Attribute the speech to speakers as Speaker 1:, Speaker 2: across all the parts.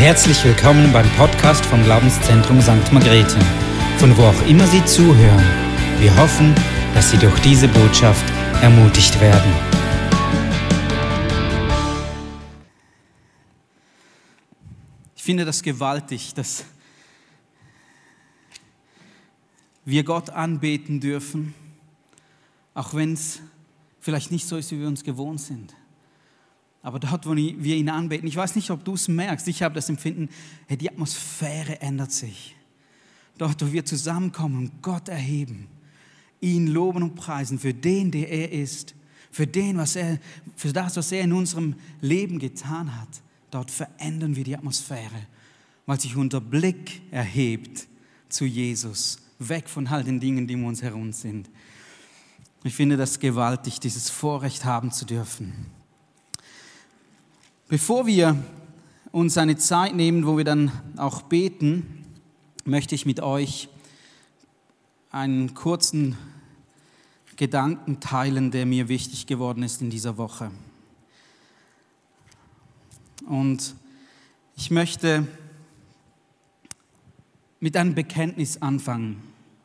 Speaker 1: Herzlich willkommen beim Podcast vom Glaubenszentrum St. Margrethe. Von wo auch immer Sie zuhören, wir hoffen, dass Sie durch diese Botschaft ermutigt werden.
Speaker 2: Ich finde das gewaltig, dass wir Gott anbeten dürfen, auch wenn es vielleicht nicht so ist, wie wir uns gewohnt sind. Aber dort, wo wir ihn anbeten, ich weiß nicht, ob du es merkst, ich habe das Empfinden, hey, die Atmosphäre ändert sich. Dort, wo wir zusammenkommen und Gott erheben, ihn loben und preisen für den, der er ist, für das, was er in unserem Leben getan hat. Dort verändern wir die Atmosphäre, weil sich unser Blick erhebt zu Jesus, weg von all den Dingen, die um uns herum sind. Ich finde das gewaltig, dieses Vorrecht haben zu dürfen. Bevor wir uns eine Zeit nehmen, wo wir dann auch beten, möchte ich mit euch einen kurzen Gedanken teilen, der mir wichtig geworden ist in dieser Woche. Und ich möchte mit einem Bekenntnis anfangen.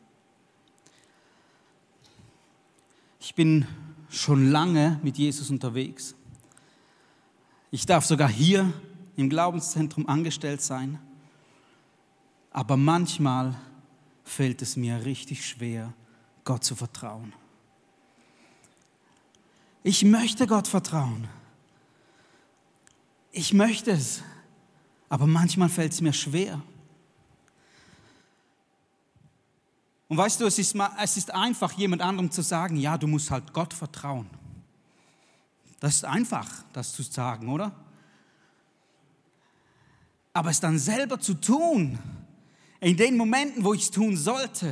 Speaker 2: Ich bin schon lange mit Jesus unterwegs. Ich darf sogar hier im Glaubenszentrum angestellt sein, aber manchmal fällt es mir richtig schwer, Gott zu vertrauen. Ich möchte Gott vertrauen. Ich möchte es, aber manchmal fällt es mir schwer. Und weißt du, es ist einfach, jemand anderem zu sagen, ja, du musst halt Gott vertrauen. Das ist einfach, das zu sagen, oder? Aber es dann selber zu tun, in den Momenten, wo ich es tun sollte,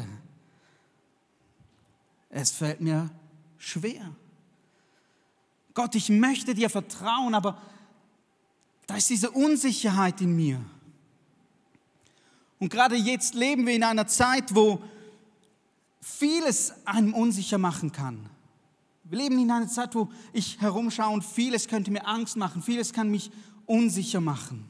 Speaker 2: es fällt mir schwer. Gott, ich möchte dir vertrauen, aber da ist diese Unsicherheit in mir. Und gerade jetzt leben wir in einer Zeit, wo vieles einem unsicher machen kann. Wir leben in einer Zeit, wo ich herumschaue und vieles könnte mir Angst machen, vieles kann mich unsicher machen.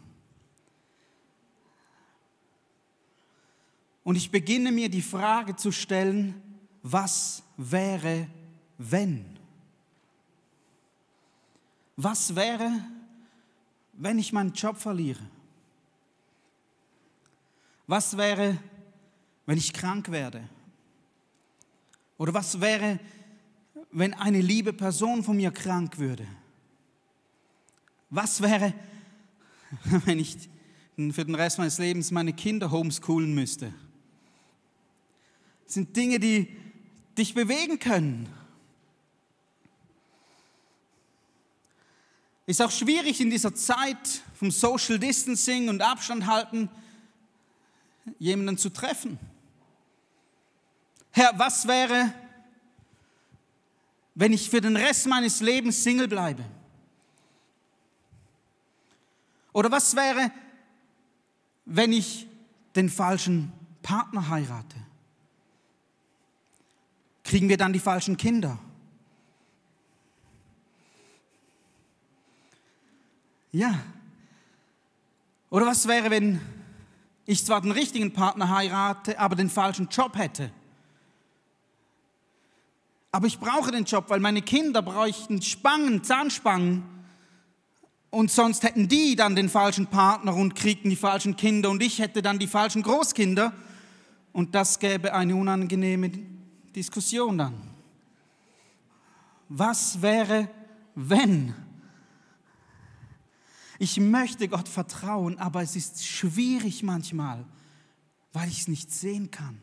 Speaker 2: Und ich beginne mir die Frage zu stellen, was wäre, wenn? Was wäre, wenn ich meinen Job verliere? Was wäre, wenn ich krank werde? Oder was wäre, wenn eine liebe Person von mir krank würde? Was wäre, wenn ich für den Rest meines Lebens meine Kinder homeschoolen müsste? Das sind Dinge, die dich bewegen können. Ist auch schwierig in dieser Zeit vom Social Distancing und Abstand halten, jemanden zu treffen. Herr, was wäre, wenn ich für den Rest meines Lebens Single bleibe? Oder was wäre, wenn ich den falschen Partner heirate? Kriegen wir dann die falschen Kinder? Ja. Oder was wäre, wenn ich zwar den richtigen Partner heirate, aber den falschen Job hätte? Aber ich brauche den Job, weil meine Kinder bräuchten Zahnspangen. Und sonst hätten die dann den falschen Partner und kriegten die falschen Kinder. Und ich hätte dann die falschen Großkinder. Und das gäbe eine unangenehme Diskussion dann. Was wäre, wenn? Ich möchte Gott vertrauen, aber es ist schwierig manchmal, weil ich es nicht sehen kann.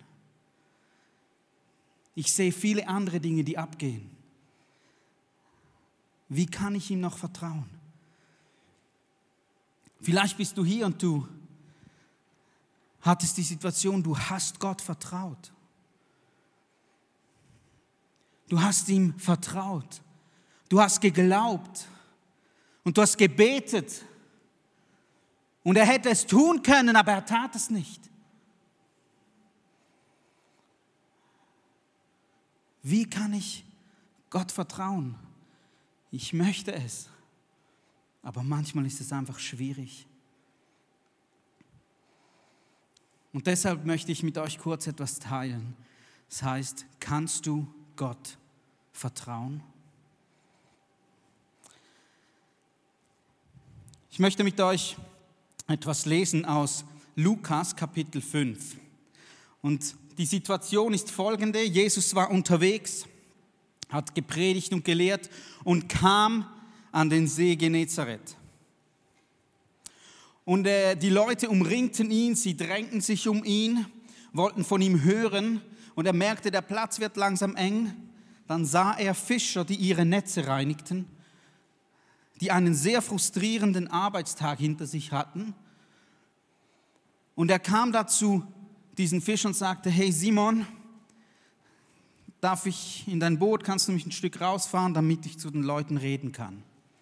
Speaker 2: Ich sehe viele andere Dinge, die abgehen. Wie kann ich ihm noch vertrauen? Vielleicht bist du hier und du hattest die Situation, du hast Gott vertraut. Du hast ihm vertraut. Du hast geglaubt. Und du hast gebetet. Und er hätte es tun können, aber er tat es nicht. Wie kann ich Gott vertrauen? Ich möchte es, aber manchmal ist es einfach schwierig. Und deshalb möchte ich mit euch kurz etwas teilen. Das heißt, kannst du Gott vertrauen? Ich möchte mit euch etwas lesen aus Lukas Kapitel 5. Und die Situation ist folgende: Jesus war unterwegs, hat gepredigt und gelehrt und kam an den See Genezareth. Und die Leute umringten ihn, sie drängten sich um ihn, wollten von ihm hören. Und er merkte, der Platz wird langsam eng. Dann sah er Fischer, die ihre Netze reinigten, die einen sehr frustrierenden Arbeitstag hinter sich hatten. Und er kam dazu diesen Fischern und sagte: Hey Simon, darf ich in dein Boot, kannst du mich ein Stück rausfahren, damit ich zu den Leuten reden kann?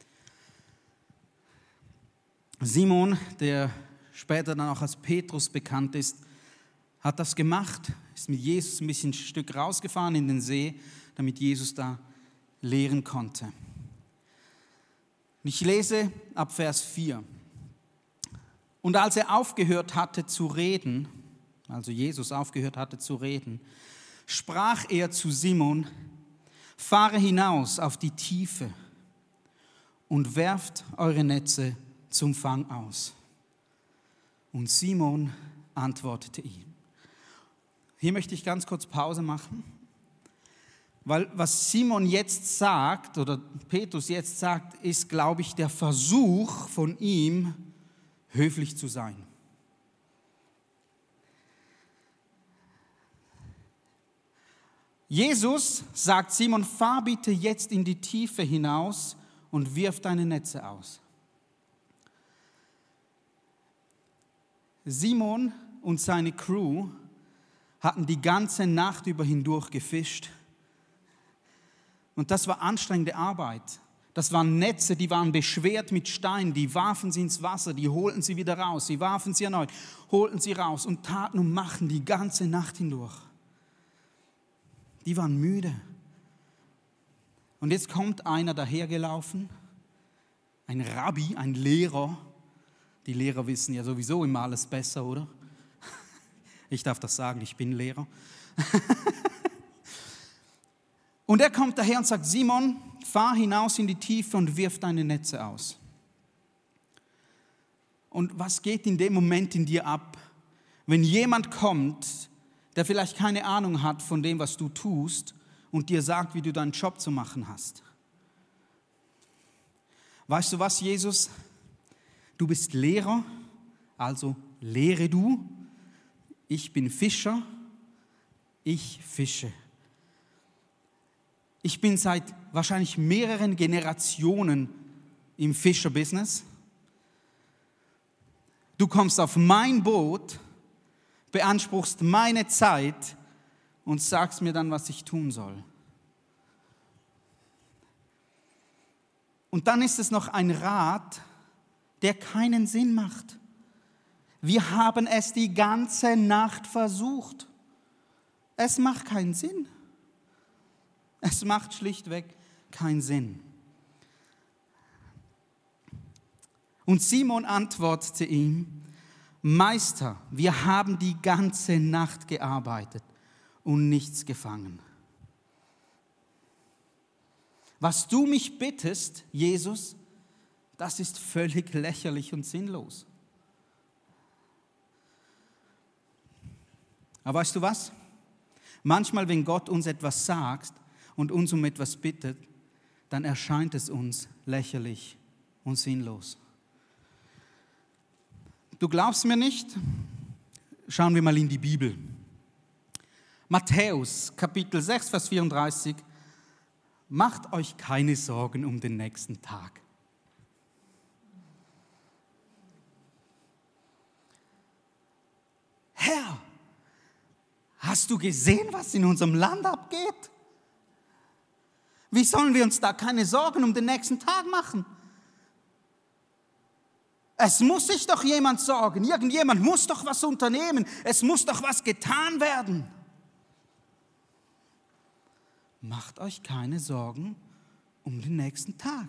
Speaker 2: Simon, der später dann auch als Petrus bekannt ist, hat das gemacht, ist mit Jesus ein bisschen ein Stück rausgefahren in den See, damit Jesus da lehren konnte. Ich lese ab Vers 4. Und als er aufgehört hatte zu reden, also Jesus aufgehört hatte zu reden, sprach er zu Simon: Fahre hinaus auf die Tiefe und werft eure Netze zum Fang aus. Und Simon antwortete ihm. Hier möchte ich ganz kurz Pause machen, weil was Simon jetzt sagt, oder Petrus jetzt sagt, ist, glaube ich, der Versuch von ihm, höflich zu sein. Jesus sagt Simon: Fahr bitte jetzt in die Tiefe hinaus und wirf deine Netze aus. Simon und seine Crew hatten die ganze Nacht über hindurch gefischt. Und das war anstrengende Arbeit. Das waren Netze, die waren beschwert mit Steinen, die warfen sie ins Wasser, die holten sie wieder raus, sie warfen sie erneut, holten sie raus und taten und machten die ganze Nacht hindurch. Die waren müde. Und jetzt kommt einer dahergelaufen, ein Rabbi, ein Lehrer. Die Lehrer wissen ja sowieso immer alles besser, oder? Ich darf das sagen, ich bin Lehrer. Und er kommt daher und sagt: Simon, fahr hinaus in die Tiefe und wirf deine Netze aus. Und was geht in dem Moment in dir ab, wenn jemand kommt, der vielleicht keine Ahnung hat von dem, was du tust, und dir sagt, wie du deinen Job zu machen hast? Weißt du was, Jesus? Du bist Lehrer, also lehre du. Ich bin Fischer, ich fische. Ich bin seit wahrscheinlich mehreren Generationen im Fischerbusiness. Du kommst auf mein Boot, beanspruchst meine Zeit und sagst mir dann, was ich tun soll. Und dann ist es noch ein Rat, der keinen Sinn macht. Wir haben es die ganze Nacht versucht. Es macht keinen Sinn. Es macht schlichtweg keinen Sinn. Und Simon antwortete ihm: Meister, wir haben die ganze Nacht gearbeitet und nichts gefangen. Was du mich bittest, Jesus, das ist völlig lächerlich und sinnlos. Aber weißt du was? Manchmal, wenn Gott uns etwas sagt und uns um etwas bittet, dann erscheint es uns lächerlich und sinnlos. Du glaubst mir nicht? Schauen wir mal in die Bibel. Matthäus, Kapitel 6, Vers 34. Macht euch keine Sorgen um den nächsten Tag. Herr, hast du gesehen, was in unserem Land abgeht? Wie sollen wir uns da keine Sorgen um den nächsten Tag machen? Es muss sich doch jemand sorgen. Irgendjemand muss doch was unternehmen. Es muss doch was getan werden. Macht euch keine Sorgen um den nächsten Tag.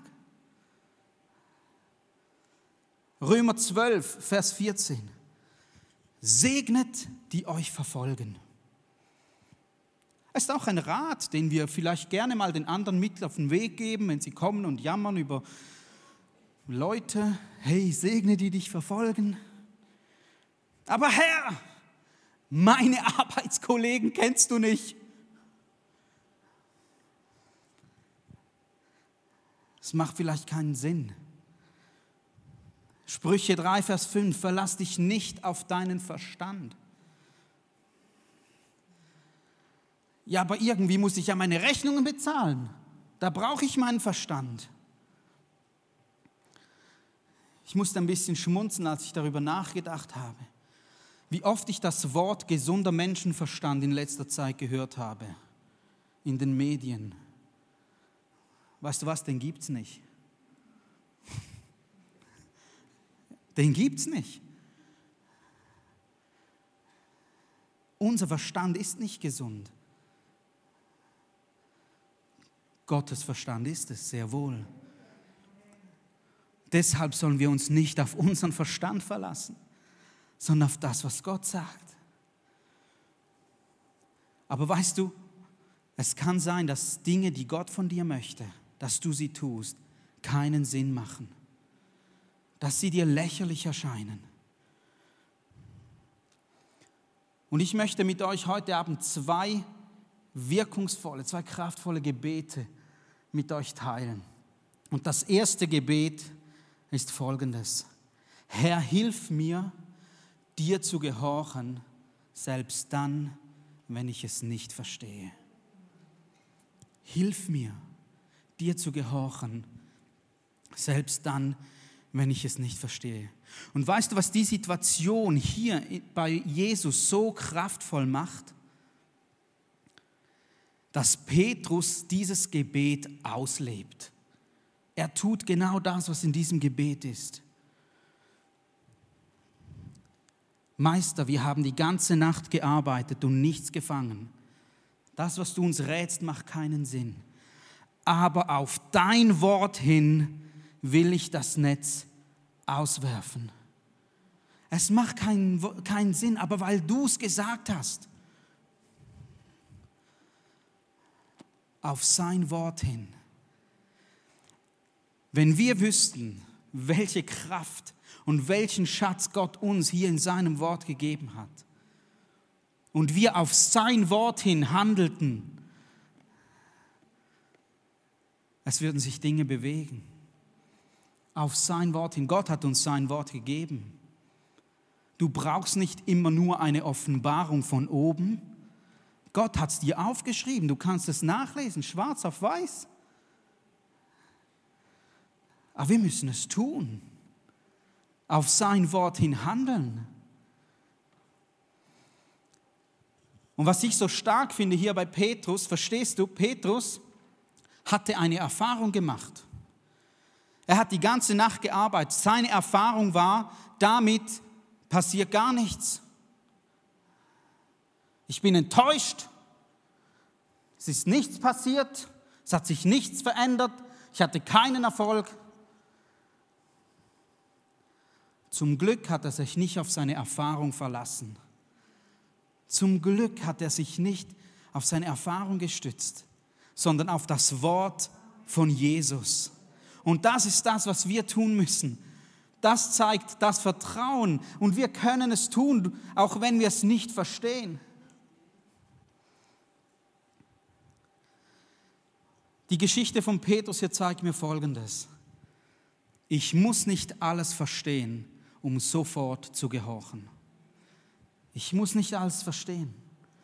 Speaker 2: Römer 12, Vers 14. segnet, die euch verfolgen. Es ist auch ein Rat, den wir vielleicht gerne mal den anderen mit auf den Weg geben, wenn sie kommen und jammern über Leute. Hey, segne, die dich verfolgen. Aber Herr, meine Arbeitskollegen kennst du nicht. Es macht vielleicht keinen Sinn. Sprüche 3, Vers 5, verlass dich nicht auf deinen Verstand. Ja, aber irgendwie muss ich ja meine Rechnungen bezahlen. Da brauche ich meinen Verstand. Ich musste ein bisschen schmunzeln, als ich darüber nachgedacht habe, wie oft ich das Wort gesunder Menschenverstand in letzter Zeit gehört habe, in den Medien. Weißt du was, den gibt's nicht. Den gibt's nicht. Unser Verstand ist nicht gesund. Gottes Verstand ist es sehr wohl. Deshalb sollen wir uns nicht auf unseren Verstand verlassen, sondern auf das, was Gott sagt. Aber weißt du, es kann sein, dass Dinge, die Gott von dir möchte, dass du sie tust, keinen Sinn machen. Dass sie dir lächerlich erscheinen. Und ich möchte mit euch heute Abend zwei kraftvolle Gebete mit euch teilen. Und das erste Gebet ist folgendes: Herr, hilf mir, dir zu gehorchen, selbst dann, wenn ich es nicht verstehe. Hilf mir, dir zu gehorchen, selbst dann, wenn ich es nicht verstehe. Und weißt du, was die Situation hier bei Jesus so kraftvoll macht? Dass Petrus dieses Gebet auslebt. Er tut genau das, was in diesem Gebet ist. Meister, wir haben die ganze Nacht gearbeitet und nichts gefangen. Das, was du uns rätst, macht keinen Sinn. Aber auf dein Wort hin will ich das Netz auswerfen. Es macht keinen Sinn, aber weil du es gesagt hast, auf sein Wort hin. Wenn wir wüssten, welche Kraft und welchen Schatz Gott uns hier in seinem Wort gegeben hat und wir auf sein Wort hin handelten, es würden sich Dinge bewegen. Auf sein Wort hin. Gott hat uns sein Wort gegeben. Du brauchst nicht immer nur eine Offenbarung von oben. Gott hat es dir aufgeschrieben. Du kannst es nachlesen, schwarz auf weiß. Aber wir müssen es tun. Auf sein Wort hin handeln. Und was ich so stark finde hier bei Petrus, verstehst du, Petrus hatte eine Erfahrung gemacht. Er hat die ganze Nacht gearbeitet. Seine Erfahrung war, damit passiert gar nichts. Ich bin enttäuscht. Es ist nichts passiert. Es hat sich nichts verändert. Ich hatte keinen Erfolg. Zum Glück hat er sich nicht auf seine Erfahrung verlassen. Zum Glück hat er sich nicht auf seine Erfahrung gestützt, sondern auf das Wort von Jesus. Und das ist das, was wir tun müssen. Das zeigt das Vertrauen und wir können es tun, auch wenn wir es nicht verstehen. Die Geschichte von Petrus hier zeigt mir Folgendes. Ich muss nicht alles verstehen, um sofort zu gehorchen. Ich muss nicht alles verstehen.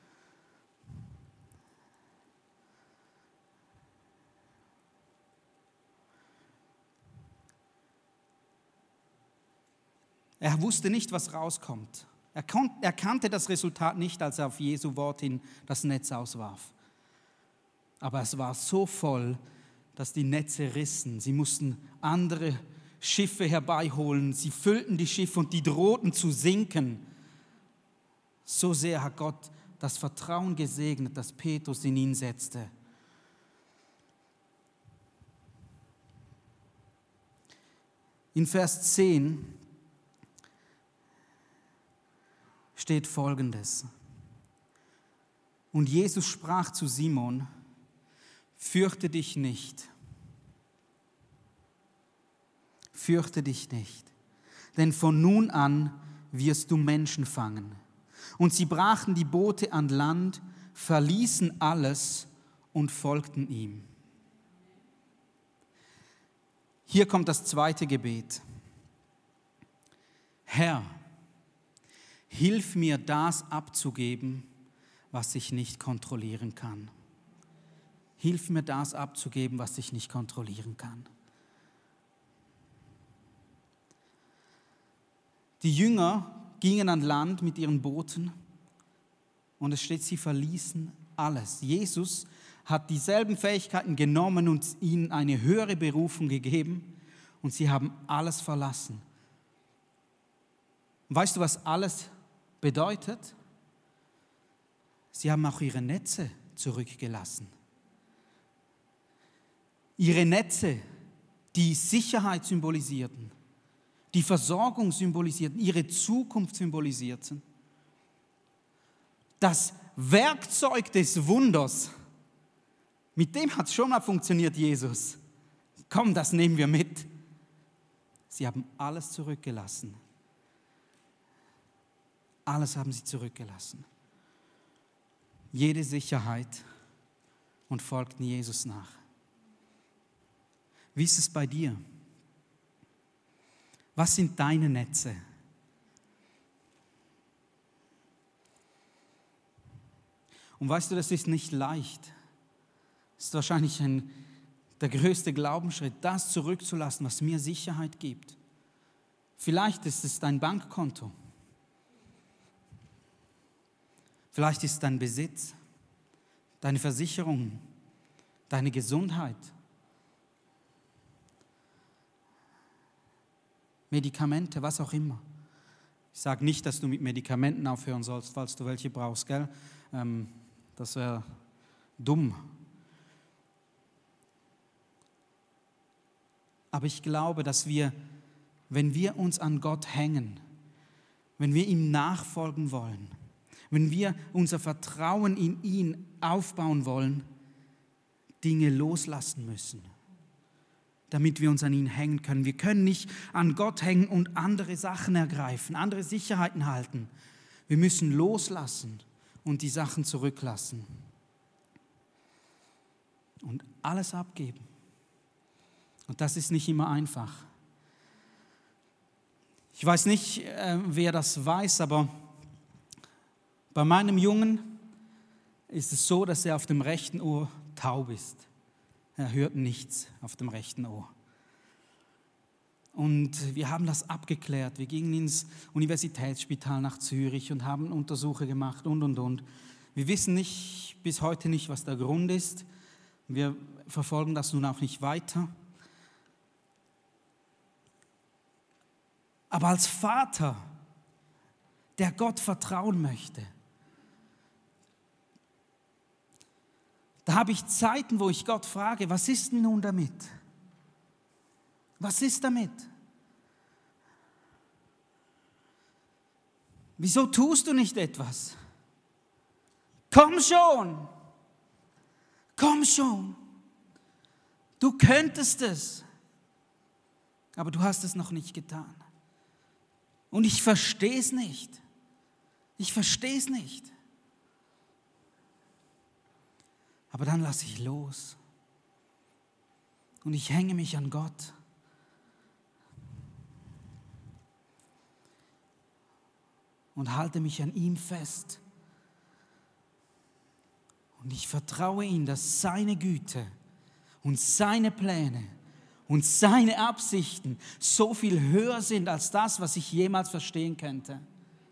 Speaker 2: Er wusste nicht, was rauskommt. Er kannte das Resultat nicht, als er auf Jesu Wort hin das Netz auswarf. Aber es war so voll, dass die Netze rissen. Sie mussten andere Schiffe herbeiholen. Sie füllten die Schiffe und die drohten zu sinken. So sehr hat Gott das Vertrauen gesegnet, das Petrus in ihn setzte. In Vers 10 steht Folgendes. Und Jesus sprach zu Simon: Fürchte dich nicht. Fürchte dich nicht, denn von nun an wirst du Menschen fangen. Und sie brachten die Boote an Land, verließen alles und folgten ihm. Hier kommt das zweite Gebet. Herr, hilf mir, das abzugeben, was ich nicht kontrollieren kann. Hilf mir, das abzugeben, was ich nicht kontrollieren kann. Die Jünger gingen an Land mit ihren Booten und es steht, sie verließen alles. Jesus hat dieselben Fähigkeiten genommen und ihnen eine höhere Berufung gegeben und sie haben alles verlassen. Und weißt du, was alles bedeutet? Sie haben auch ihre Netze zurückgelassen. Ihre Netze, die Sicherheit symbolisierten, die Versorgung symbolisierten, ihre Zukunft symbolisierten. Das Werkzeug des Wunders, mit dem hat es schon mal funktioniert, Jesus. Komm, das nehmen wir mit. Sie haben alles zurückgelassen. Alles haben sie zurückgelassen. Jede Sicherheit und folgten Jesus nach. Wie ist es bei dir? Was sind deine Netze? Und weißt du, das ist nicht leicht. Das ist wahrscheinlich der größte Glaubensschritt, das zurückzulassen, was mir Sicherheit gibt. Vielleicht ist es dein Bankkonto. Vielleicht ist es dein Besitz, deine Versicherung, deine Gesundheit. Medikamente, was auch immer. Ich sage nicht, dass du mit Medikamenten aufhören sollst, falls du welche brauchst, gell? Das wäre dumm. Aber ich glaube, dass wir, wenn wir uns an Gott hängen, wenn wir ihm nachfolgen wollen, wenn wir unser Vertrauen in ihn aufbauen wollen, Dinge loslassen müssen, damit wir uns an ihn hängen können. Wir können nicht an Gott hängen und andere Sachen ergreifen, andere Sicherheiten halten. Wir müssen loslassen und die Sachen zurücklassen und alles abgeben. Und das ist nicht immer einfach. Ich weiß nicht, wer das weiß, aber bei meinem Jungen ist es so, dass er auf dem rechten Ohr taub ist. Er hört nichts auf dem rechten Ohr. Und wir haben das abgeklärt. Wir gingen ins Universitätsspital nach Zürich und haben Untersuchungen gemacht und. Wir wissen bis heute nicht, was der Grund ist. Wir verfolgen das nun auch nicht weiter. Aber als Vater, der Gott vertrauen möchte, da habe ich Zeiten, wo ich Gott frage, was ist denn nun damit? Was ist damit? Wieso tust du nicht etwas? Komm schon! Komm schon! Du könntest es, aber du hast es noch nicht getan. Und ich verstehe es nicht. Ich verstehe es nicht. Aber dann lasse ich los. Und ich hänge mich an Gott. Und halte mich an ihm fest. Und ich vertraue ihm, dass seine Güte und seine Pläne und seine Absichten so viel höher sind als das, was ich jemals verstehen könnte.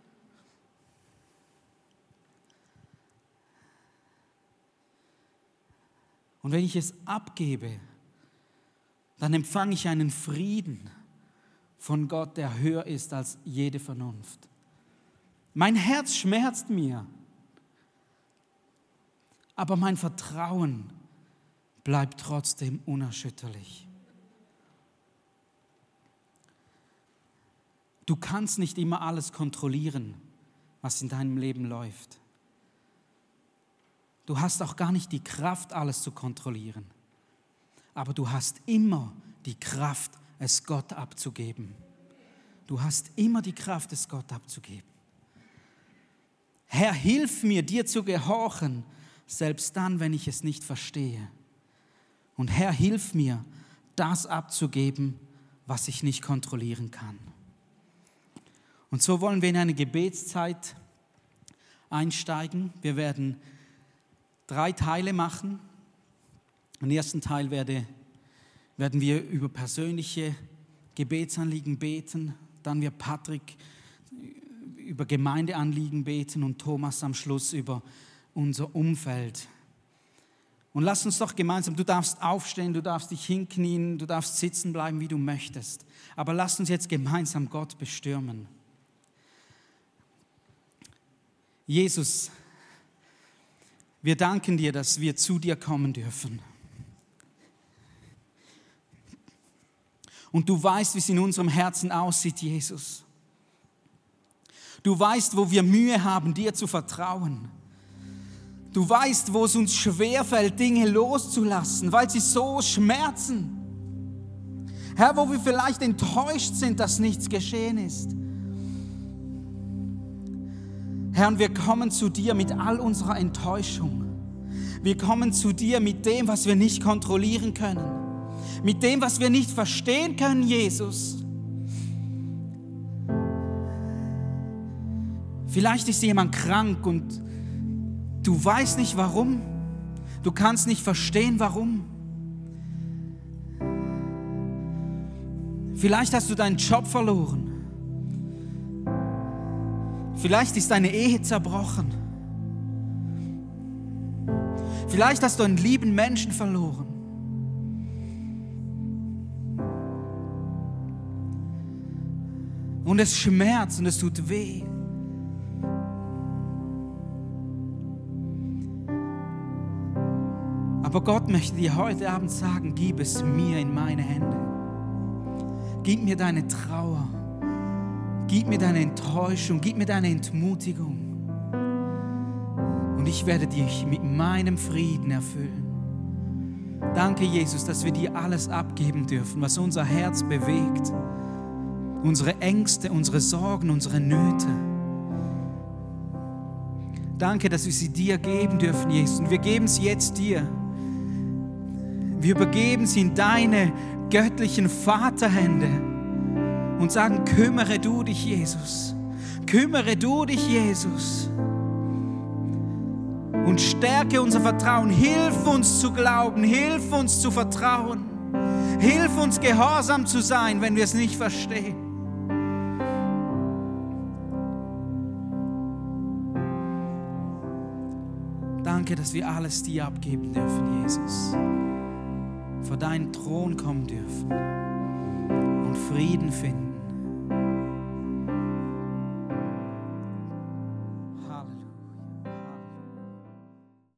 Speaker 2: Und wenn ich es abgebe, dann empfange ich einen Frieden von Gott, der höher ist als jede Vernunft. Mein Herz schmerzt mir, aber mein Vertrauen bleibt trotzdem unerschütterlich. Du kannst nicht immer alles kontrollieren, was in deinem Leben läuft. Du hast auch gar nicht die Kraft, alles zu kontrollieren. Aber du hast immer die Kraft, es Gott abzugeben. Du hast immer die Kraft, es Gott abzugeben. Herr, hilf mir, dir zu gehorchen, selbst dann, wenn ich es nicht verstehe. Und Herr, hilf mir, das abzugeben, was ich nicht kontrollieren kann. Und so wollen wir in eine Gebetszeit einsteigen. Wir werden 3 Teile machen. Im ersten Teil werden wir über persönliche Gebetsanliegen beten. Dann wird Patrick über Gemeindeanliegen beten und Thomas am Schluss über unser Umfeld. Und lass uns doch gemeinsam, du darfst aufstehen, du darfst dich hinknien, du darfst sitzen bleiben, wie du möchtest. Aber lass uns jetzt gemeinsam Gott bestürmen. Jesus, wir danken dir, dass wir zu dir kommen dürfen. Und du weißt, wie es in unserem Herzen aussieht, Jesus. Du weißt, wo wir Mühe haben, dir zu vertrauen. Du weißt, wo es uns schwerfällt, Dinge loszulassen, weil sie so schmerzen. Herr, wo wir vielleicht enttäuscht sind, dass nichts geschehen ist. Herr, und wir kommen zu dir mit all unserer Enttäuschung. Wir kommen zu dir mit dem, was wir nicht kontrollieren können. Mit dem, was wir nicht verstehen können, Jesus. Vielleicht ist jemand krank und du weißt nicht warum. Du kannst nicht verstehen, warum. Vielleicht hast du deinen Job verloren. Vielleicht ist deine Ehe zerbrochen. Vielleicht hast du einen lieben Menschen verloren. Und es schmerzt und es tut weh. Aber Gott möchte dir heute Abend sagen, gib es mir in meine Hände. Gib mir deine Trauer. Gib mir deine Enttäuschung. Gib mir deine Entmutigung. Und ich werde dich mit meinem Frieden erfüllen. Danke, Jesus, dass wir dir alles abgeben dürfen, was unser Herz bewegt. Unsere Ängste, unsere Sorgen, unsere Nöte. Danke, dass wir sie dir geben dürfen, Jesus. Und wir geben sie jetzt dir. Wir übergeben sie in deine göttlichen Vaterhände und sagen, kümmere du dich, Jesus. Kümmere du dich, Jesus. Und stärke unser Vertrauen. Hilf uns zu glauben, hilf uns zu vertrauen. Hilf uns, gehorsam zu sein, wenn wir es nicht verstehen. Danke, dass wir alles dir abgeben dürfen, Jesus. Vor deinen Thron kommen dürfen und Frieden finden.